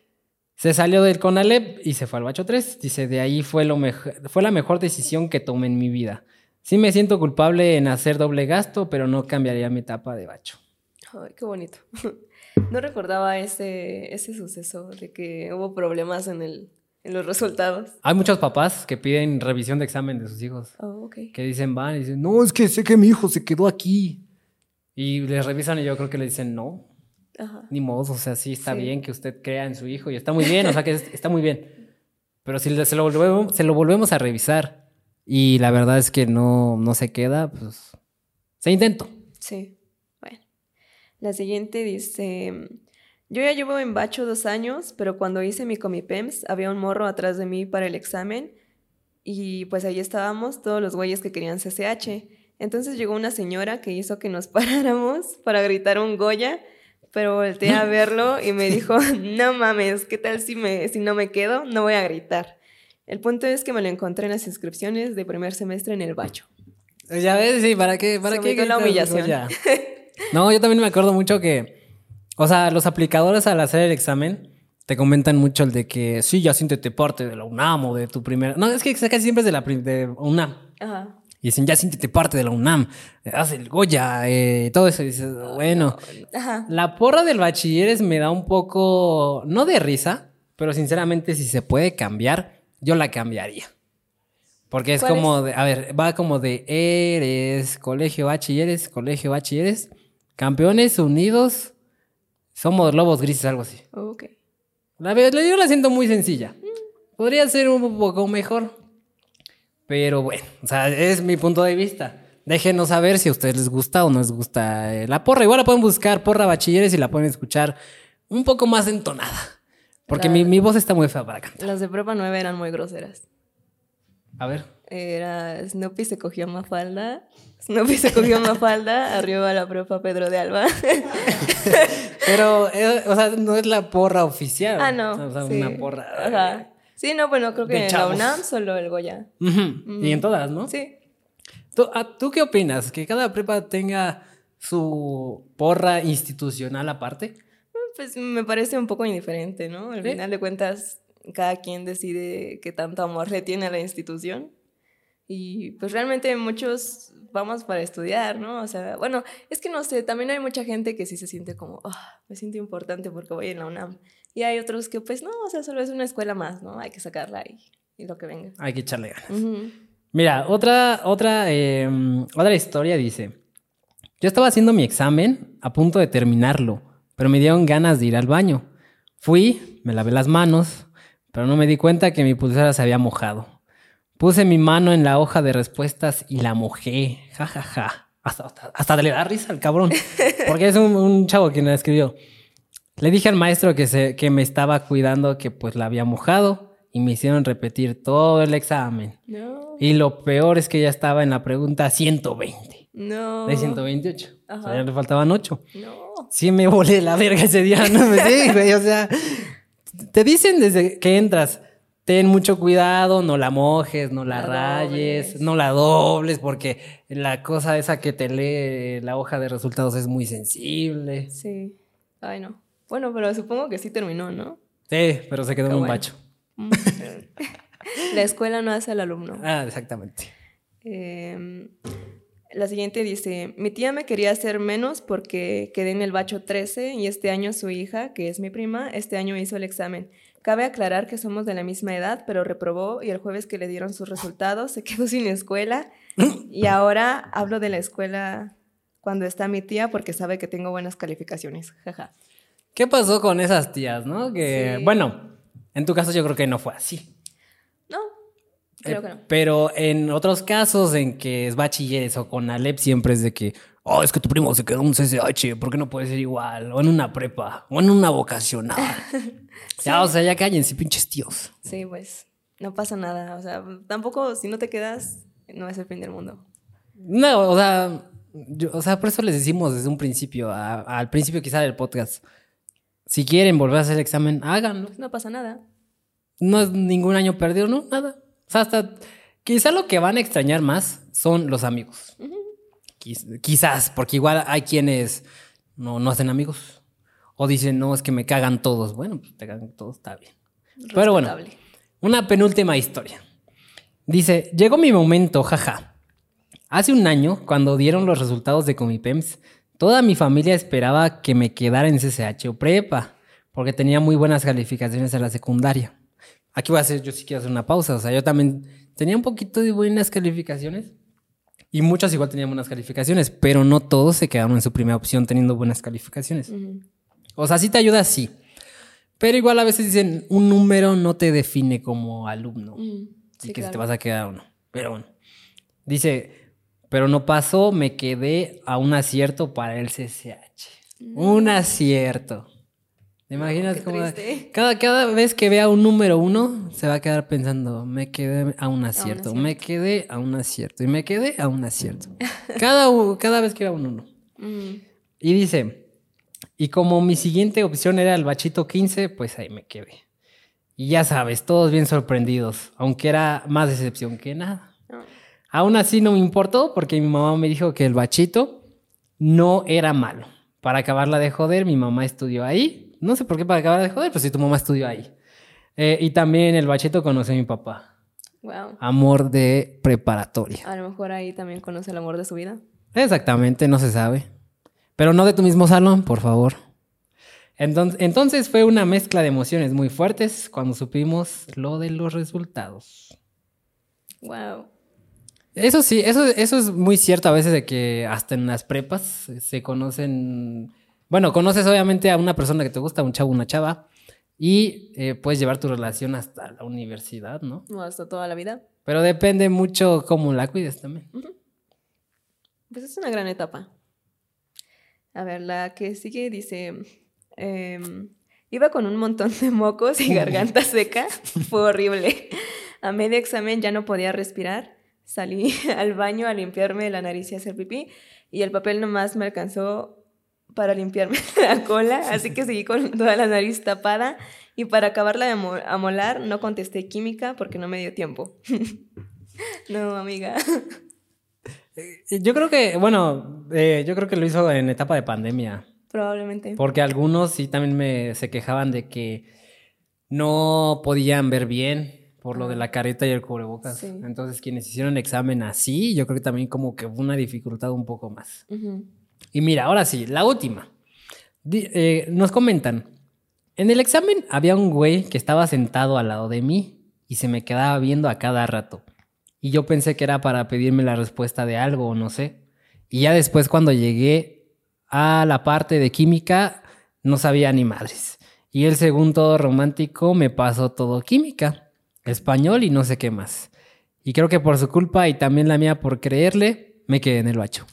Se salió del Conalep y se fue al bacho 3. Dice, de ahí fue la mejor decisión que tomé en mi vida. Sí me siento culpable en hacer doble gasto, pero no cambiaría mi etapa de bacho. Ay, qué bonito. No recordaba ese suceso de que hubo problemas en los resultados. Hay muchos papás que piden revisión de examen de sus hijos. Oh, ok. Que van y dicen, no, es que sé que mi hijo se quedó aquí. Y les revisan y yo creo que le dicen, no, Ajá. ni modo, o sea, sí está Sí. bien que usted crea en su hijo y está muy bien, o sea que está muy bien. Pero si se lo volvemos a revisar y la verdad es que no se queda, pues se intentó. Sí. Bueno. La siguiente dice, yo ya llevo en bacho 2 años, pero cuando hice mi Comipems había un morro atrás de mí para el examen y pues ahí estábamos todos los güeyes que querían CCH. Entonces llegó una señora que hizo que nos paráramos para gritar un Goya, pero volteé a verlo y me dijo, no mames, ¿qué tal si no me quedo? No voy a gritar. El punto es que me lo encontré en las inscripciones de primer semestre en el bacho. Ya ves, sí, ¿para qué? Se evitó la humillación. No, yo también me acuerdo mucho que, o sea, los aplicadores al hacer el examen te comentan mucho el de que sí, ya siéntete parte de la UNAM o de tu primera... No, es que casi siempre es de UNAM. Ajá. Y dicen, ya siéntete parte de la UNAM, haz el Goya, todo eso. Y dices, bueno, Ajá. la porra del bachilleres me da un poco, no de risa, pero sinceramente si se puede cambiar, yo la cambiaría. Porque es como, a ver, va como de eres, colegio bachilleres, campeones unidos, somos lobos grises, algo así. Ok. Yo la siento muy sencilla. Podría ser un poco mejor. Pero bueno, o sea, es mi punto de vista. Déjenos saber si a ustedes les gusta o no les gusta la porra. Igual la pueden buscar porra bachilleres y la pueden escuchar un poco más entonada. Porque mi voz está muy fea para cantar. Las de prepa 9 eran muy groseras. A ver. Era Snoopy se cogió Mafalda, arriba a la prepa Pedro de Alba. Pero, o sea, no es la porra oficial. Ah, no. O sea, sí. una porra. Ajá. Sí, no, bueno, creo que de en chavos. la UNAM solo el Goya. Y en todas, ¿no? Sí. ¿Tú qué opinas? ¿Que cada prepa tenga su porra institucional aparte? Pues me parece un poco indiferente, ¿no? Al final de cuentas, cada quien decide qué tanto amor le tiene a la institución. Y pues realmente muchos vamos para estudiar, ¿no? O sea, bueno, es que no sé, también hay mucha gente que sí se siente como, me siento importante porque voy en la UNAM. Y hay otros que pues no, o sea, solo es una escuela más, ¿no? Hay que sacarla y lo que venga. Hay que echarle ganas. Uh-huh. Mira, otra historia dice, yo estaba haciendo mi examen a punto de terminarlo, pero me dieron ganas de ir al baño. Fui, me lavé las manos, pero no me di cuenta que mi pulsera se había mojado. Puse mi mano en la hoja de respuestas y la mojé. Ja, ja, ja. Hasta le da risa al cabrón. Porque es un chavo quien la escribió. Le dije al maestro que me estaba cuidando, que pues la había mojado. Y me hicieron repetir todo el examen. No. Y lo peor es que ya estaba en la pregunta 120. No. De 128. Ajá. O sea, ya le faltaban 8. No. Sí me volé la verga ese día. No me sé, güey. O sea, te dicen desde que entras, ten mucho cuidado, no la mojes, no la rayes, dobles. no la dobles, porque la cosa esa que te lee la hoja de resultados es muy sensible. Sí. Ay, no. Bueno, pero supongo que sí terminó, ¿no? Sí, pero se quedó Qué en un bueno. bacho. La escuela no hace al alumno. Ah, exactamente. La siguiente dice, mi tía me quería hacer menos porque quedé en el bacho 13 y este año su hija, que es mi prima, este año hizo el examen. Cabe aclarar que somos de la misma edad, pero reprobó y el jueves que le dieron sus resultados se quedó sin escuela. Y ahora hablo de la escuela cuando está mi tía porque sabe que tengo buenas calificaciones. Jaja. ¿Qué pasó con esas tías, no? Que, Sí. bueno, en tu caso yo creo que no fue así. No, creo que no. Pero en otros casos en que es bachilleres o con Alep siempre es de que, oh, es que tu primo se quedó en un CCH, ¿por qué no puede ser igual? O en una prepa, o en una vocacional. Ya, o sea, ya cállense, pinches tíos. Sí, pues no pasa nada. O sea, tampoco si no te quedas, no es el fin del mundo. No, o sea, por eso les decimos desde un principio, al principio quizá del podcast, si quieren volver a hacer el examen, háganlo. No pasa nada. No es ningún año perdido, no, nada. O sea, hasta quizá lo que van a extrañar más son los amigos. Quizás, porque igual hay quienes no hacen amigos. O dicen, no, es que me cagan todos. Bueno, pues te cagan todos, está bien. Pero bueno, Respetable. una penúltima historia. Dice, llegó mi momento, jaja. Hace un año, cuando dieron los resultados de Comipems, toda mi familia esperaba que me quedara en CCH o prepa, porque tenía muy buenas calificaciones en la secundaria. Aquí voy a hacer, yo sí quiero hacer una pausa. O sea, yo también tenía un poquito de buenas calificaciones. Y muchos igual tenían buenas calificaciones, pero no todos se quedaron en su primera opción teniendo buenas calificaciones. O sea, sí te ayuda, sí. Pero igual a veces dicen, un número no te define como alumno. Sí, Y que claro. si te vas a quedar o no. Pero bueno. Dice, pero no pasó, me quedé a un acierto para el CCH. Un acierto. ¿Te imaginas qué cómo? triste. Cada vez que vea un número 1, se va a quedar pensando, me quedé a un acierto, acierto. me quedé a un acierto y me quedé a un acierto. Cada vez que vea un 1. Y dice, y como mi siguiente opción era el bachito 15, pues ahí me quedé. Y ya sabes, todos bien sorprendidos, aunque era más decepción que nada. No. Aún así no me importó porque mi mamá me dijo que el bachito no era malo. Para acabarla de joder, mi mamá estudió ahí. No sé por qué para acabarla de joder, pues si tu mamá estudió ahí. Y también el bachito conocí a mi papá. Wow. Amor de preparatoria. A lo mejor ahí también conoce el amor de su vida. Exactamente, no se sabe. Pero no de tu mismo salón, por favor. Entonces fue una mezcla de emociones muy fuertes cuando supimos lo de los resultados. Wow. Eso sí, eso es muy cierto a veces de que hasta en las prepas se conocen. Bueno, conoces obviamente a una persona que te gusta, un chavo, una chava, y puedes llevar tu relación hasta la universidad, ¿no? No hasta toda la vida. Pero depende mucho cómo la cuides también. Pues es una gran etapa. A ver, la que sigue dice... iba con un montón de mocos y garganta seca. Fue horrible. A medio examen ya no podía respirar. Salí al baño a limpiarme la nariz y hacer pipí. Y el papel nomás me alcanzó para limpiarme la cola. Así que seguí con toda la nariz tapada. Y para acabarla de amolar, no contesté química porque no me dio tiempo. No, amiga. Yo creo que, bueno, yo creo que lo hizo en etapa de pandemia. Probablemente. Porque algunos sí también se quejaban de que no podían ver bien por lo de la careta y el cubrebocas. Sí. Entonces, quienes hicieron el examen así, yo creo que también como que fue una dificultad un poco más. Y mira, ahora sí, la última. Nos comentan, en el examen había un güey que estaba sentado al lado de mí y se me quedaba viendo a cada rato. Y yo pensé que era para pedirme la respuesta de algo o no sé. Y ya después cuando llegué a la parte de química, no sabía ni madres. Y él, según todo romántico, me pasó todo química, español y no sé qué más. Y creo que por su culpa y también la mía por creerle, me quedé en el bacho.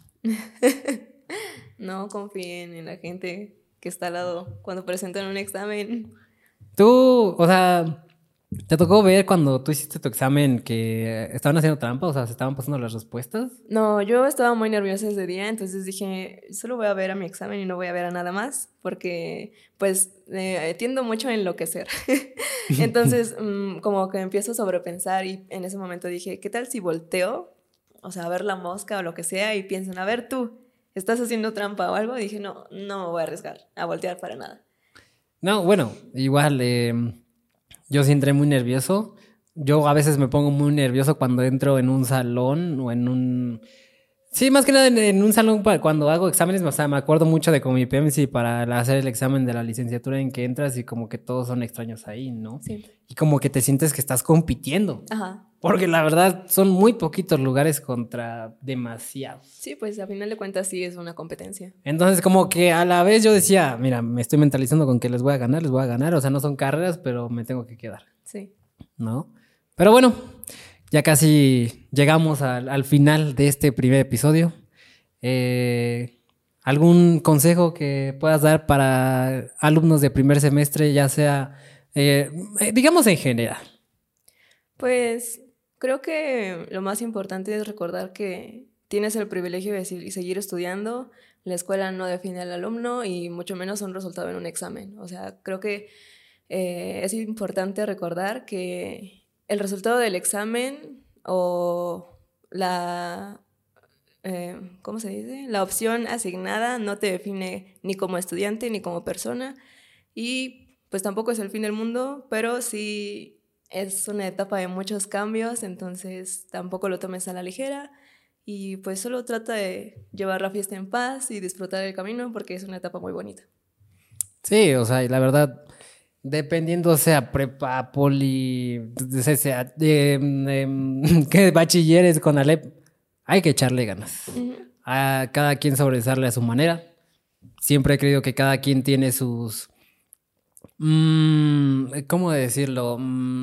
No confíen en la gente que está al lado cuando presentan un examen. Tú, o sea, ¿te tocó ver cuando tú hiciste tu examen que estaban haciendo trampa? O sea, ¿se estaban pasando las respuestas? No, yo estaba muy nerviosa ese día, entonces dije, solo voy a ver a mi examen y no voy a ver a nada más, porque pues tiendo mucho a enloquecer. Entonces, como que empiezo a sobrepensar y en ese momento dije, ¿qué tal si volteo? O sea, a ver la mosca o lo que sea y piensan, a ver tú, ¿estás haciendo trampa o algo? Y dije, no, no me voy a arriesgar a voltear para nada. No, bueno, igual, yo sí entré muy nervioso. Yo a veces me pongo muy nervioso cuando entro en un salón o en un... Sí, más que nada en un salón cuando hago exámenes, o sea, me acuerdo mucho de con mi PEMS y para hacer el examen de la licenciatura en que entras y como que todos son extraños ahí, ¿no? Sí. Y como que te sientes que estás compitiendo. Ajá. Porque la verdad son muy poquitos lugares contra demasiados. Sí, pues a final de cuentas sí es una competencia. Entonces como que a la vez yo decía, mira, me estoy mentalizando con que les voy a ganar. O sea, no son carreras, pero me tengo que quedar, Sí. ¿no? Pero bueno, ya casi llegamos al final de este primer episodio. ¿Algún consejo que puedas dar para alumnos de primer semestre, ya sea, digamos en general? Pues creo que lo más importante es recordar que tienes el privilegio de seguir estudiando. La escuela no define al alumno y mucho menos un resultado en un examen. O sea, creo que es importante recordar que el resultado del examen o ¿cómo se dice? La opción asignada no te define ni como estudiante ni como persona y pues tampoco es el fin del mundo, pero sí es una etapa de muchos cambios, entonces tampoco lo tomes a la ligera y pues solo trata de llevar la fiesta en paz y disfrutar el camino porque es una etapa muy bonita. Sí, o sea, y la verdad, dependiendo sea prepa, poli, sea que bachilleres con Alep, hay que echarle ganas. Uh-huh. A cada quien sobresale a su manera. Siempre he creído que cada quien tiene sus... ¿cómo decirlo?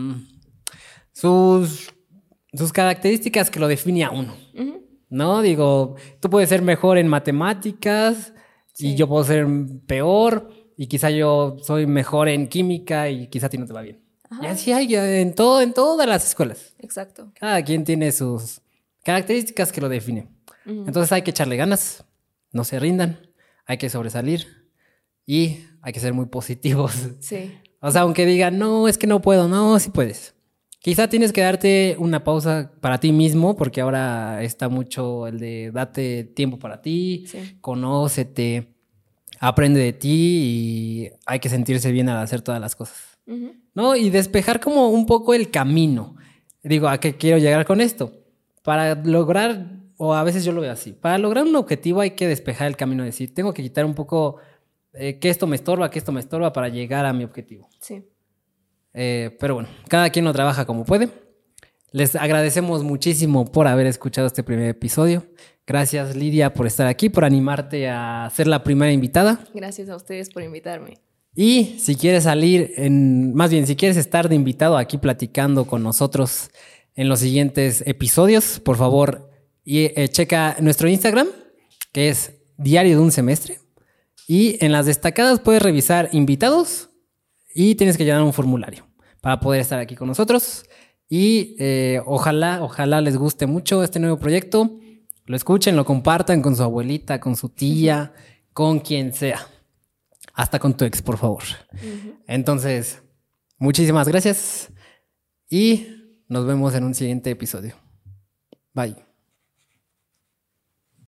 Sus características que lo define a uno. Uh-huh. ¿No? Digo, tú puedes ser mejor en matemáticas Sí. y yo puedo ser peor y quizá yo soy mejor en química y quizá a ti no te va bien. Ajá. Y así hay en todas las escuelas. Exacto. Cada quien tiene sus características que lo definen. Uh-huh. Entonces hay que echarle ganas, no se rindan, hay que sobresalir y hay que ser muy positivos. Sí. O sea, aunque digan, no, es que no puedo, no, sí puedes. Quizá tienes que darte una pausa para ti mismo, porque ahora está mucho el de date tiempo para ti, Sí. conócete, aprende de ti y hay que sentirse bien al hacer todas las cosas, Uh-huh. ¿no? Y despejar como un poco el camino. Digo, ¿a qué quiero llegar con esto? Para lograr, o a veces yo lo veo así, para lograr un objetivo hay que despejar el camino, decir, tengo que quitar un poco que esto me estorba para llegar a mi objetivo. Sí. Pero bueno, cada quien lo trabaja como puede. Les agradecemos muchísimo por haber escuchado este primer episodio. Gracias, Lidia, por estar aquí, por animarte a ser la primera invitada. Gracias a ustedes por invitarme. Y si quieres salir más bien, si quieres estar de invitado aquí platicando con nosotros en los siguientes episodios, por favor, checa nuestro Instagram, que es Diario de un Semestre. Y en las destacadas puedes revisar invitados y tienes que llenar un formulario para poder estar aquí con nosotros. Y ojalá les guste mucho este nuevo proyecto. Lo escuchen, lo compartan con su abuelita, con su tía, con quien sea. Hasta con tu ex, por favor. Uh-huh. Entonces, muchísimas gracias y nos vemos en un siguiente episodio. Bye.